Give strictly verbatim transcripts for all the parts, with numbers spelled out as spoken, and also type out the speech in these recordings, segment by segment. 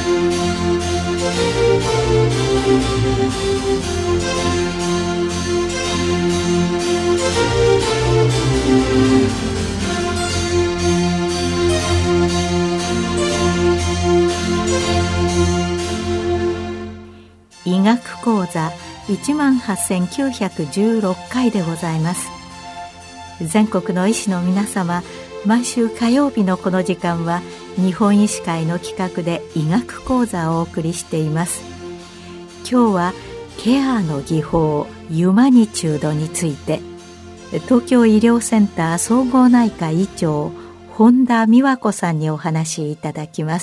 医学講座 いちまんはっせんきゅうひゃくじゅうろっかいでございます。全国の医師の皆様、毎週火曜日のこの時間は日本医師会の企画で医学講座をお送りしています。今日はケアの技法ユマニチュードについて、東京医療センター総合内科医長本田美和子さんにお話しいただきます。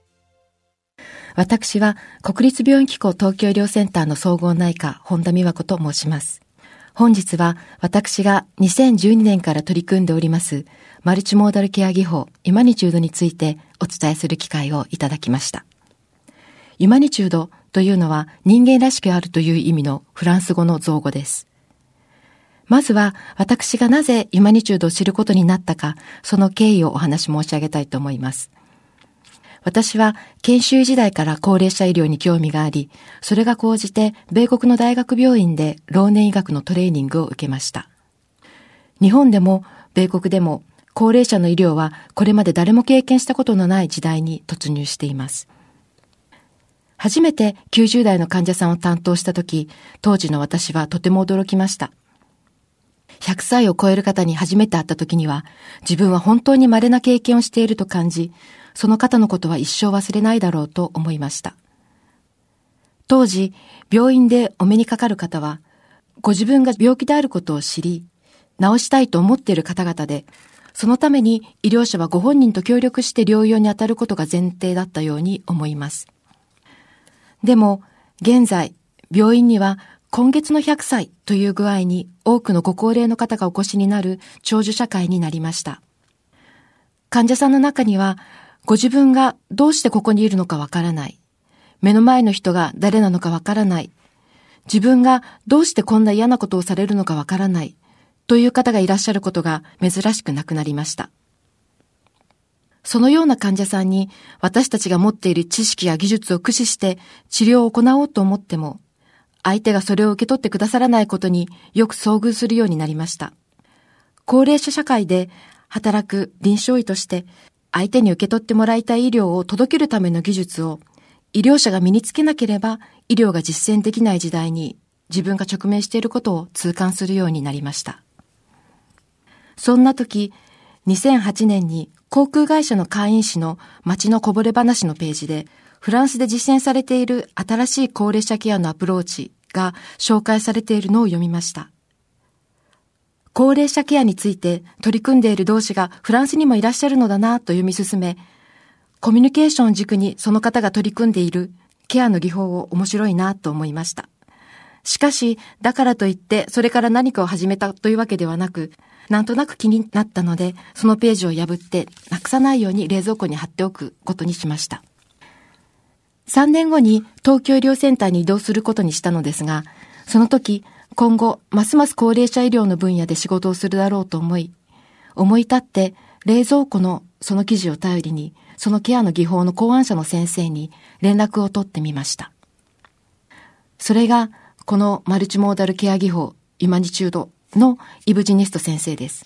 私は国立病院機構東京医療センターの総合内科本田美和子と申します。本日は私がにせんじゅうにねんから取り組んでおりますマルチモーダルケア技法ユマニチュードについてお伝えする機会をいただきました。ユマニチュードというのは人間らしくあるという意味のフランス語の造語です。まずは私がなぜユマニチュードを知ることになったか、その経緯をお話し申し上げたいと思います。私は研修医時代から高齢者医療に興味があり、それが高じて米国の大学病院で老年医学のトレーニングを受けました。日本でも米国でも高齢者の医療はこれまで誰も経験したことのない時代に突入しています。初めてきゅうじゅう代の患者さんを担当したとき、当時の私はとても驚きました。ひゃくさいを超える方に初めて会ったときには、自分は本当に稀な経験をしていると感じ、その方のことは一生忘れないだろうと思いました。当時、病院でお目にかかる方は、ご自分が病気であることを知り、治したいと思っている方々で、そのために医療者はご本人と協力して療養に当たることが前提だったように思います。でも、現在、病院には今月のひゃくさいという具合に多くのご高齢の方がお越しになる長寿社会になりました。患者さんの中には、ご自分がどうしてここにいるのかわからない。目の前の人が誰なのかわからない。自分がどうしてこんな嫌なことをされるのかわからない。という方がいらっしゃることが珍しくなくなりました。そのような患者さんに私たちが持っている知識や技術を駆使して治療を行おうと思っても、相手がそれを受け取ってくださらないことによく遭遇するようになりました。高齢者社会で働く臨床医として、相手に受け取ってもらいたい医療を届けるための技術を医療者が身につけなければ医療が実践できない時代に自分が直面していることを痛感するようになりました。そんな時、にせんはちねんに航空会社の会員誌の街のこぼれ話のページでフランスで実践されている新しい高齢者ケアのアプローチが紹介されているのを読みました。高齢者ケアについて取り組んでいる同志がフランスにもいらっしゃるのだなと読み進め、コミュニケーション軸にその方が取り組んでいるケアの技法を面白いなと思いました。しかし、だからといってそれから何かを始めたというわけではなく、なんとなく気になったので、そのページを破ってなくさないように冷蔵庫に貼っておくことにしました。さんねんごに東京医療センターに移動することにしたのですが、その時、今後、ますます高齢者医療の分野で仕事をするだろうと思い、思い立って冷蔵庫のその記事を頼りに、そのケアの技法の考案者の先生に連絡を取ってみました。それが、このマルチモーダルケア技法、ユマニチュードのイブジニスト先生です。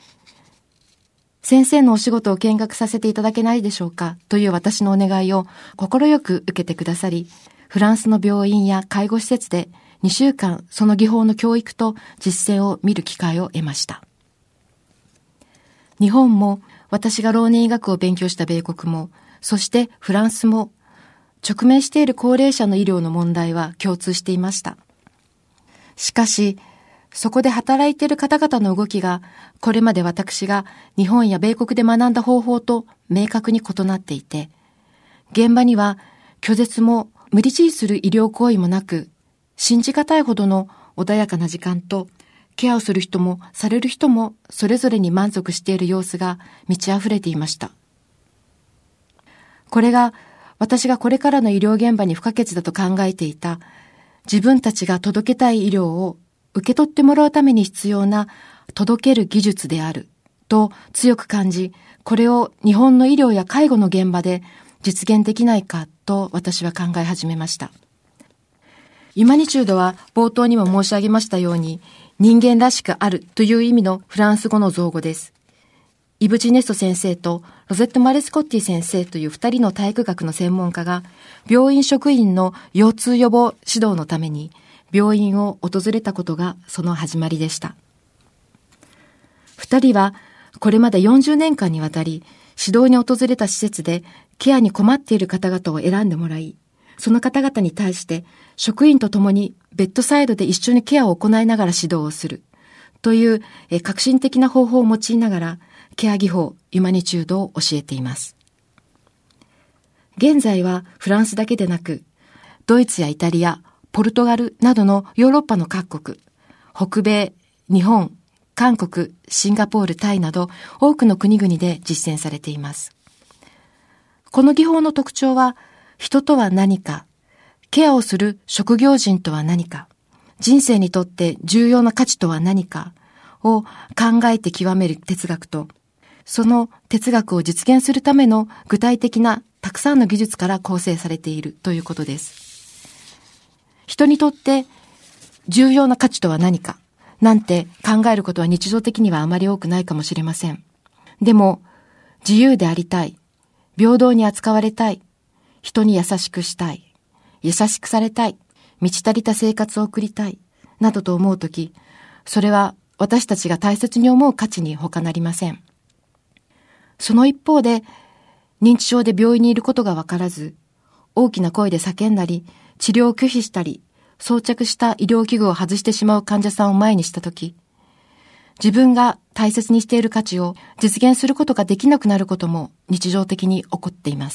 先生のお仕事を見学させていただけないでしょうかという私のお願いを快く受けてくださり、フランスの病院や介護施設でにしゅうかんその技法の教育と実践を見る機会を得ました。日本も私が老年医学を勉強した米国も、そしてフランスも直面している高齢者の医療の問題は共通していました。しかし、そこで働いている方々の動きが、これまで私が日本や米国で学んだ方法と明確に異なっていて、現場には拒絶も無理強いする医療行為もなく、信じがたいほどの穏やかな時間と、ケアをする人もされる人もそれぞれに満足している様子が満ち溢れていました。これが私がこれからの医療現場に不可欠だと考えていた、自分たちが届けたい医療を受け取ってもらうために必要な届ける技術であると強く感じ、これを日本の医療や介護の現場で実現できないかと私は考え始めました。ユマニチュードは冒頭にも申し上げましたように、人間らしくあるという意味のフランス語の造語です。イブ・ジネスト先生とロゼット・マレスコッティ先生という二人の体育学の専門家が、病院職員の腰痛予防指導のために病院を訪れたことがその始まりでした。二人はこれまでよんじゅうねんかんにわたり指導に訪れた施設でケアに困っている方々を選んでもらい、その方々に対して職員と共にベッドサイドで一緒にケアを行いながら指導をするという革新的な方法を用いながらケア技法ユマニチュードを教えています。現在はフランスだけでなく、ドイツやイタリア、ポルトガルなどのヨーロッパの各国、北米、日本、韓国、シンガポール、タイなど多くの国々で実践されています。この技法の特徴は、人とは何か、ケアをする職業人とは何か、人生にとって重要な価値とは何かを考えて極める哲学と、その哲学を実現するための具体的なたくさんの技術から構成されているということです。人にとって重要な価値とは何かなんて考えることは日常的にはあまり多くないかもしれません。でも、自由でありたい、平等に扱われたい、人に優しくしたい、優しくされたい、満ち足りた生活を送りたい、などと思うとき、それは私たちが大切に思う価値に他なりません。その一方で、認知症で病院にいることがわからず、大きな声で叫んだり、治療を拒否したり、装着した医療器具を外してしまう患者さんを前にしたとき、自分が大切にしている価値を実現することができなくなることも日常的に起こっています。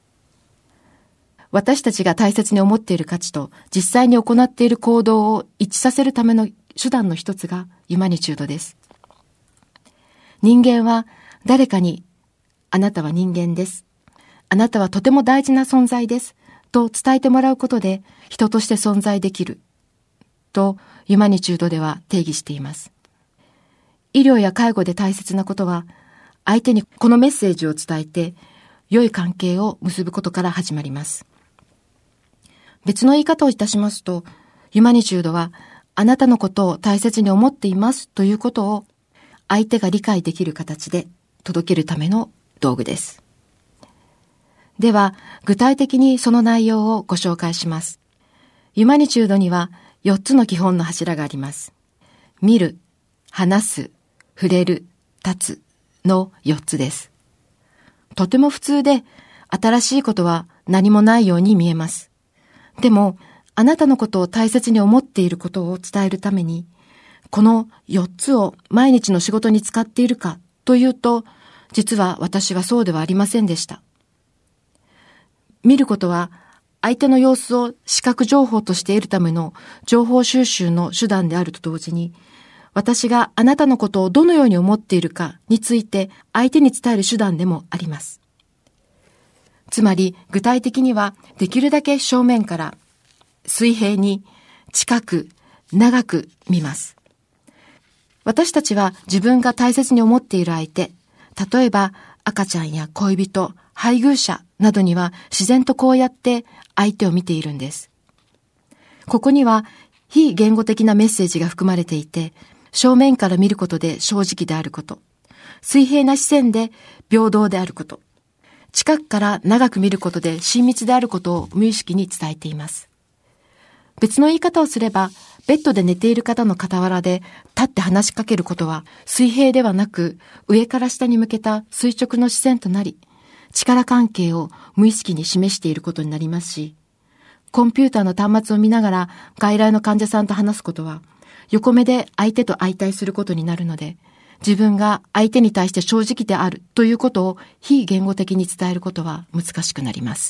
私たちが大切に思っている価値と実際に行っている行動を一致させるための手段の一つがユマニチュードです。人間は誰かに、あなたは人間です。あなたはとても大事な存在です。と伝えてもらうことで人として存在できる。とユマニチュードでは定義しています。医療や介護で大切なことは、相手にこのメッセージを伝えて、良い関係を結ぶことから始まります。別の言い方をいたしますと、ユマニチュードは、あなたのことを大切に思っていますということを、相手が理解できる形で届けるための道具です。では、具体的にその内容をご紹介します。ユマニチュードにはよっつの基本の柱があります。見る、話す、触れる、立つのよっつです。とても普通で、新しいことは何もないように見えます。でも、あなたのことを大切に思っていることを伝えるために、このよっつを毎日の仕事に使っているかというと、実は私はそうではありませんでした。見ることは、相手の様子を視覚情報として得るための情報収集の手段であると同時に、私があなたのことをどのように思っているかについて相手に伝える手段でもあります。つまり具体的にはできるだけ正面から水平に近く長く見ます。私たちは自分が大切に思っている相手、例えば赤ちゃんや恋人、配偶者などには自然とこうやって相手を見ているんです。ここには非言語的なメッセージが含まれていて、正面から見ることで正直であること、水平な視線で平等であること、近くから長く見ることで親密であることを無意識に伝えています。別の言い方をすれば、ベッドで寝ている方の傍らで立って話しかけることは水平ではなく上から下に向けた垂直の視線となり、力関係を無意識に示していることになりますし、コンピューターの端末を見ながら外来の患者さんと話すことは横目で相手と相対することになるので、自分が相手に対して正直であるということを非言語的に伝えることは難しくなります。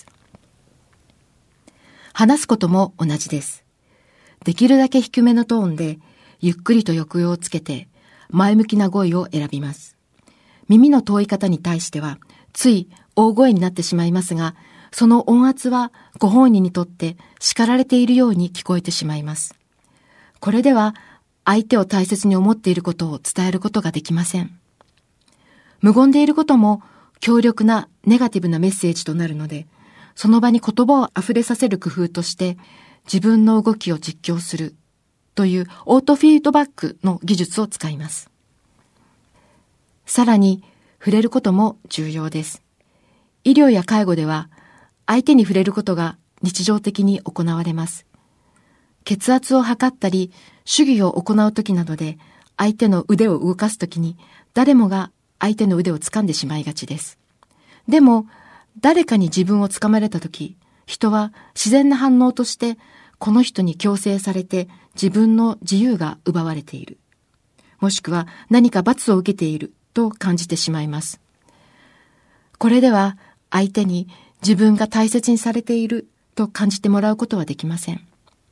話すことも同じです。できるだけ低めのトーンでゆっくりと抑揚をつけて前向きな語彙を選びます。耳の遠い方に対してはつい大声になってしまいますが、その音圧はご本人にとって叱られているように聞こえてしまいます。これでは相手を大切に思っていることを伝えることができません。無言でいることも強力なネガティブなメッセージとなるので、その場に言葉を溢れさせる工夫として、自分の動きを実況するというオートフィードバックの技術を使います。さらに、触れることも重要です。医療や介護では、相手に触れることが日常的に行われます。血圧を測ったり、手技を行うときなどで、相手の腕を動かすときに、誰もが相手の腕を掴んでしまいがちです。でも、誰かに自分を掴まれたとき、人は自然な反応として、この人に強制されて自分の自由が奪われている。もしくは何か罰を受けていると感じてしまいます。これでは相手に自分が大切にされていると感じてもらうことはできません。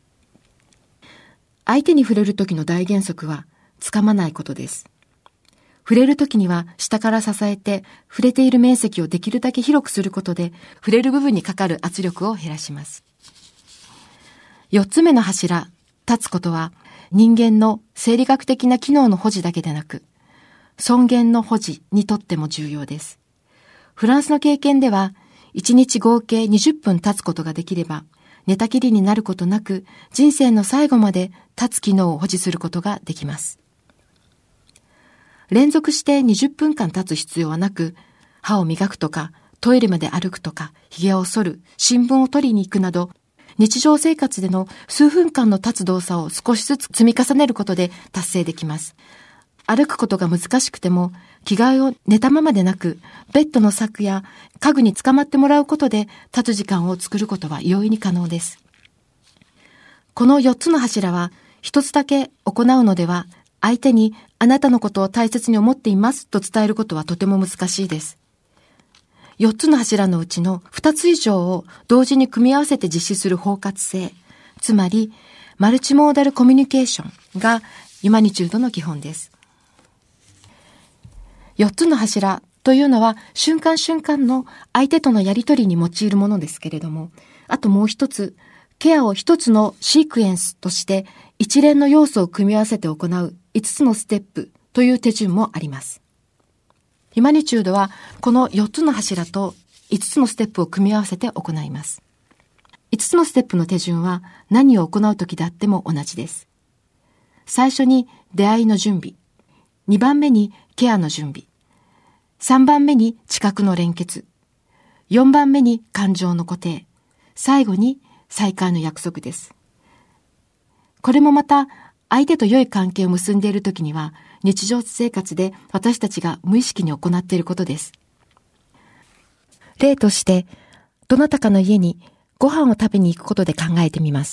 相手に触れるときの大原則は掴まないことです。触れるときには下から支えて触れている面積をできるだけ広くすることで触れる部分にかかる圧力を減らします。四つ目の柱、立つことは人間の生理学的な機能の保持だけでなく尊厳の保持にとっても重要です。フランスの経験ではいちにち合計にじゅっぷん立つことができれば寝たきりになることなく人生の最後まで立つ機能を保持することができます。連続してにじゅっぷんかん立つ必要はなく、歯を磨くとか、トイレまで歩くとか、髭を剃る、新聞を取りに行くなど、日常生活での数分間の立つ動作を少しずつ積み重ねることで達成できます。歩くことが難しくても、着替えを寝たままでなく、ベッドの柵や家具につかまってもらうことで立つ時間を作ることは容易に可能です。このよっつの柱は、一つだけ行うのでは、相手にあなたのことを大切に思っていますと伝えることはとても難しいです。よっつの柱のうちのふたつ以上を同時に組み合わせて実施する包括性、つまりマルチモーダルコミュニケーションがユマニチュードの基本です。よっつの柱というのは瞬間瞬間の相手とのやりとりに用いるものですけれども、あともう一つ、ケアを一つのシークエンスとして一連の要素を組み合わせて行ういつつのステップという手順もあります。ユマニチュードはこのよっつの柱といつつのステップを組み合わせて行います。いつつのステップの手順は何を行うときであっても同じです。最初に出会いの準備、にばんめにケアの準備、さんばんめに知覚の連結、よんばんめに感情の固定、最後に再会の約束です。これもまた相手と良い関係を結んでいるときには日常生活で私たちが無意識に行っていることです。例として、どなたかの家にご飯を食べに行くことで考えてみます。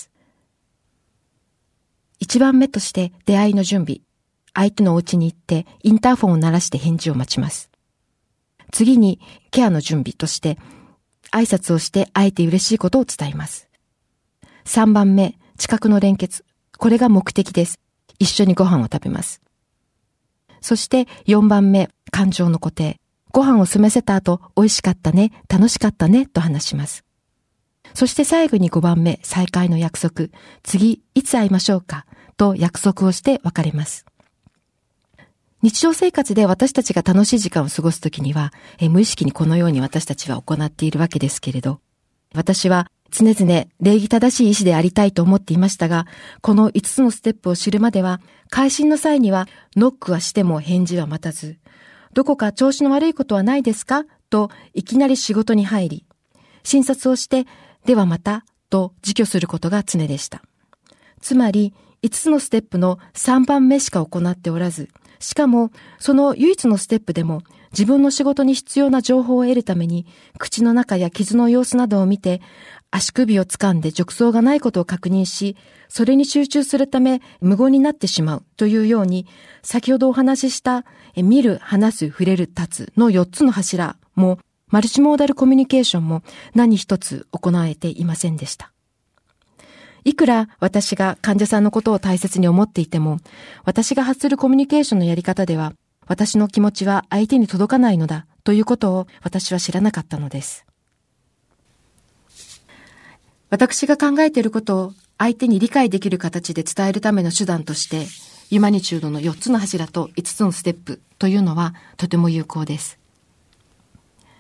いちばんめとして出会いの準備。相手のお家に行ってインターフォンを鳴らして返事を待ちます。次にケアの準備として挨拶をして会えて嬉しいことを伝えます。さんばんめ、知覚の連結。これが目的です。一緒にご飯を食べます。そしてよんばんめ、感情の固定。ご飯を済ませた後、美味しかったね、楽しかったね、と話します。そして最後にごばんめ、再会の約束。次、いつ会いましょうか、と約束をして別れます。日常生活で私たちが楽しい時間を過ごすときには、え無意識にこのように私たちは行っているわけですけれど、私は常々礼儀正しい医師でありたいと思っていましたが、このいつつのステップを知るまでは、会診の際にはノックはしても返事は待たず、どこか調子の悪いことはないですかといきなり仕事に入り、診察をして、ではまたと自挙することが常でした。つまり、いつつのステップのさんばんめしか行っておらず、しかもその唯一のステップでも自分の仕事に必要な情報を得るために口の中や傷の様子などを見て足首を掴んで褥瘡がないことを確認し、それに集中するため無言になってしまうというように、先ほどお話しした見る、話す、触れる、立つのよっつの柱もマルチモーダルコミュニケーションも何一つ行えていませんでした。いくら私が患者さんのことを大切に思っていても、私が発するコミュニケーションのやり方では、私の気持ちは相手に届かないのだということを私は知らなかったのです。私が考えていることを相手に理解できる形で伝えるための手段として、ユマニチュードのよっつの柱といつつのステップというのはとても有効です。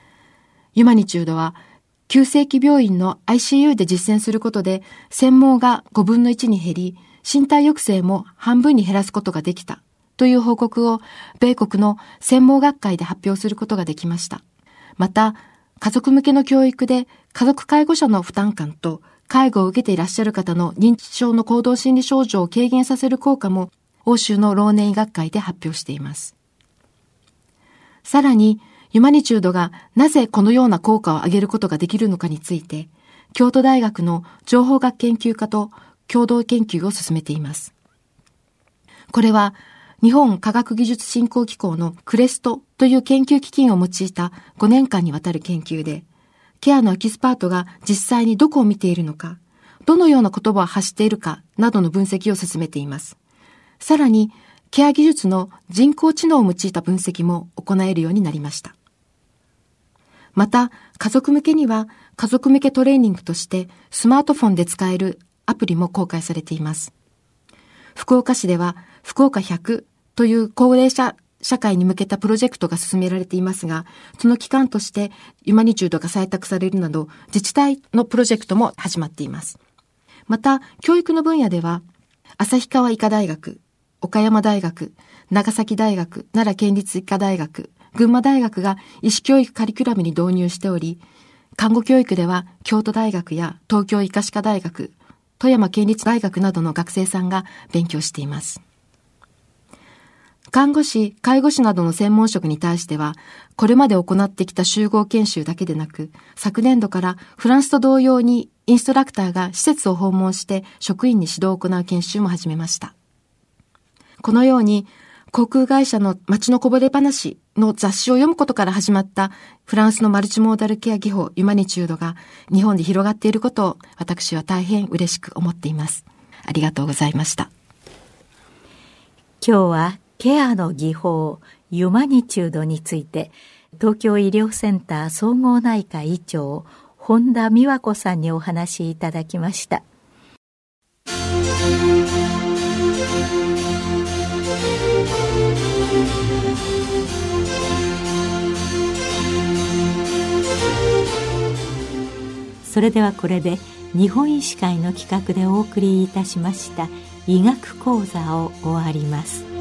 ユマニチュードは急性期病院の アイシーユー で実践することで専門がごぶんのいちに減り、身体抑制も半分に減らすことができたという報告を米国の専門学会で発表することができました。また、家族向けの教育で家族介護者の負担感と介護を受けていらっしゃる方の認知症の行動心理症状を軽減させる効果も欧州の老年医学会で発表しています。さらに、ユマニチュードがなぜこのような効果を上げることができるのかについて、京都大学の情報学研究科と共同研究を進めています。これは日本科学技術振興機構のクレストという研究基金を用いたごねんかんにわたる研究で、ケアのエキスパートが実際にどこを見ているのか、どのような言葉を発しているかなどの分析を進めています。さらに、ケア技術の人工知能を用いた分析も行えるようになりました。また、家族向けには家族向けトレーニングとしてスマートフォンで使えるアプリも公開されています。福岡市では福岡ひゃくという高齢者社会に向けたプロジェクトが進められていますが、その期間としてユマニチュードが採択されるなど自治体のプロジェクトも始まっています。また、教育の分野では旭川医科大学、岡山大学、長崎大学、奈良県立医科大学、群馬大学が医師教育カリキュラムに導入しており、看護教育では京都大学や東京医科歯科大学、富山県立大学などの学生さんが勉強しています。看護師、介護士などの専門職に対しては、これまで行ってきた集合研修だけでなく、昨年度からフランスと同様にインストラクターが施設を訪問して職員に指導を行う研修も始めました。このように、航空会社の街のこぼれ話の雑誌を読むことから始まったフランスのマルチモーダルケア技法ユマニチュードが日本で広がっていることを私は大変嬉しく思っています。ありがとうございました。 今日はケアの技法ユマニチュードについて東京医療センター総合内科医長本田美和子さんにお話しいただきました。それではこれで日本医師会の企画でお送りいたしました医学講座を終わります。